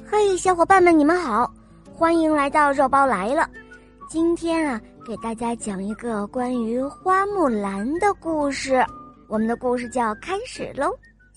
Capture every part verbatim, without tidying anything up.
嘿，小伙伴们，你们好，欢迎来到肉包来了。今天啊，给大家讲一个关于花木兰的故事。我们的故事就要开始喽。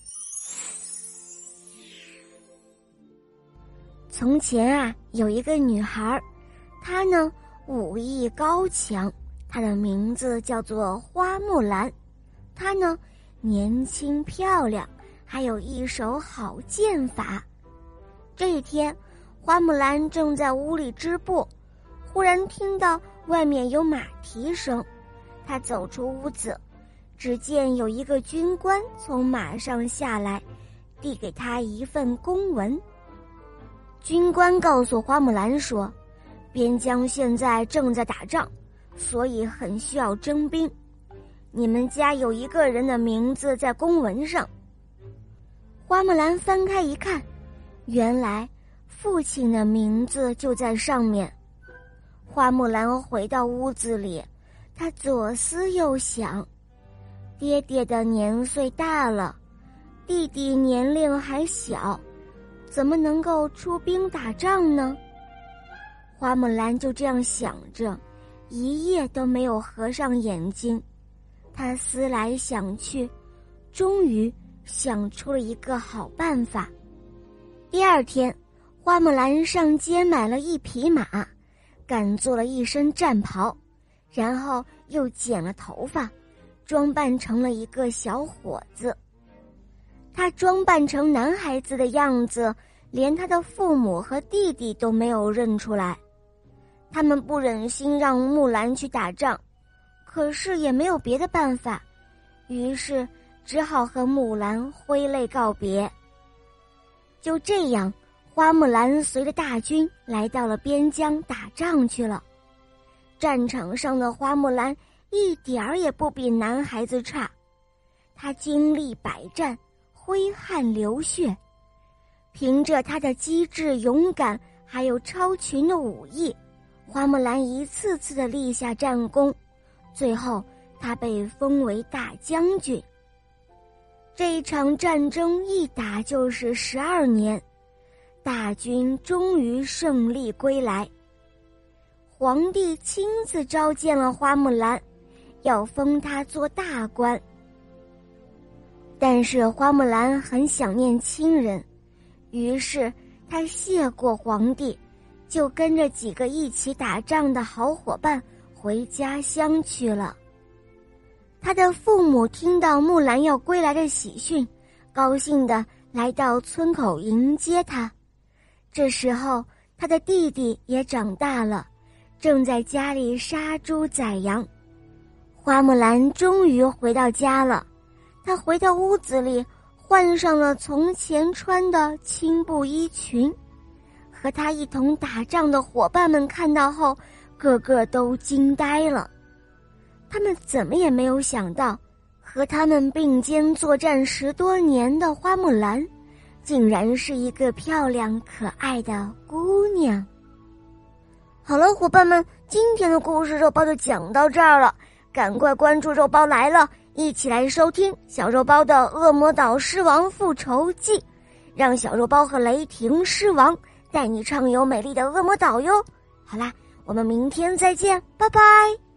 从前啊，有一个女孩，她呢武艺高强，她的名字叫做花木兰。她呢年轻漂亮，还有一手好剑法。这一天，花木兰正在屋里织布，忽然听到外面有马蹄声。她走出屋子，只见有一个军官从马上下来，递给她一份公文。军官告诉花木兰说，边疆现在正在打仗，所以很需要征兵。你们家有一个人的名字在公文上。花木兰翻开一看，原来父亲的名字就在上面。花木兰回到屋子里，她左思右想，爹爹的年岁大了，弟弟年龄还小，怎么能够出兵打仗呢？花木兰就这样想着，一夜都没有合上眼睛。她思来想去，终于想出了一个好办法。第二天，花木兰上街买了一匹马，赶做了一身战袍，然后又剪了头发，装扮成了一个小伙子。他装扮成男孩子的样子，连他的父母和弟弟都没有认出来。他们不忍心让木兰去打仗，可是也没有别的办法，于是只好和木兰挥泪告别。就这样，花木兰随着大军来到了边疆打仗去了。战场上的花木兰一点儿也不比男孩子差，她经历百战，挥汗流血，凭着她的机智勇敢，还有超群的武艺，花木兰一次次地立下战功，最后她被封为大将军。这一场战争一打就是十二年，大军终于胜利归来。皇帝亲自召见了花木兰，要封她做大官。但是花木兰很想念亲人，于是她谢过皇帝，就跟着几个一起打仗的好伙伴回家乡去了。他的父母听到木兰要归来的喜讯，高兴地来到村口迎接她。这时候，他的弟弟也长大了，正在家里杀猪宰羊。花木兰终于回到家了，她回到屋子里，换上了从前穿的青布衣裙。和她一同打仗的伙伴们看到后，个个都惊呆了。他们怎么也没有想到，和他们并肩作战十多年的花木兰，竟然是一个漂亮可爱的姑娘。好了，伙伴们，今天的故事肉包就讲到这儿了，赶快关注肉包来了，一起来收听小肉包的《恶魔岛狮王复仇记》，让小肉包和雷霆狮王带你畅游美丽的恶魔岛哟。好啦，我们明天再见，拜拜。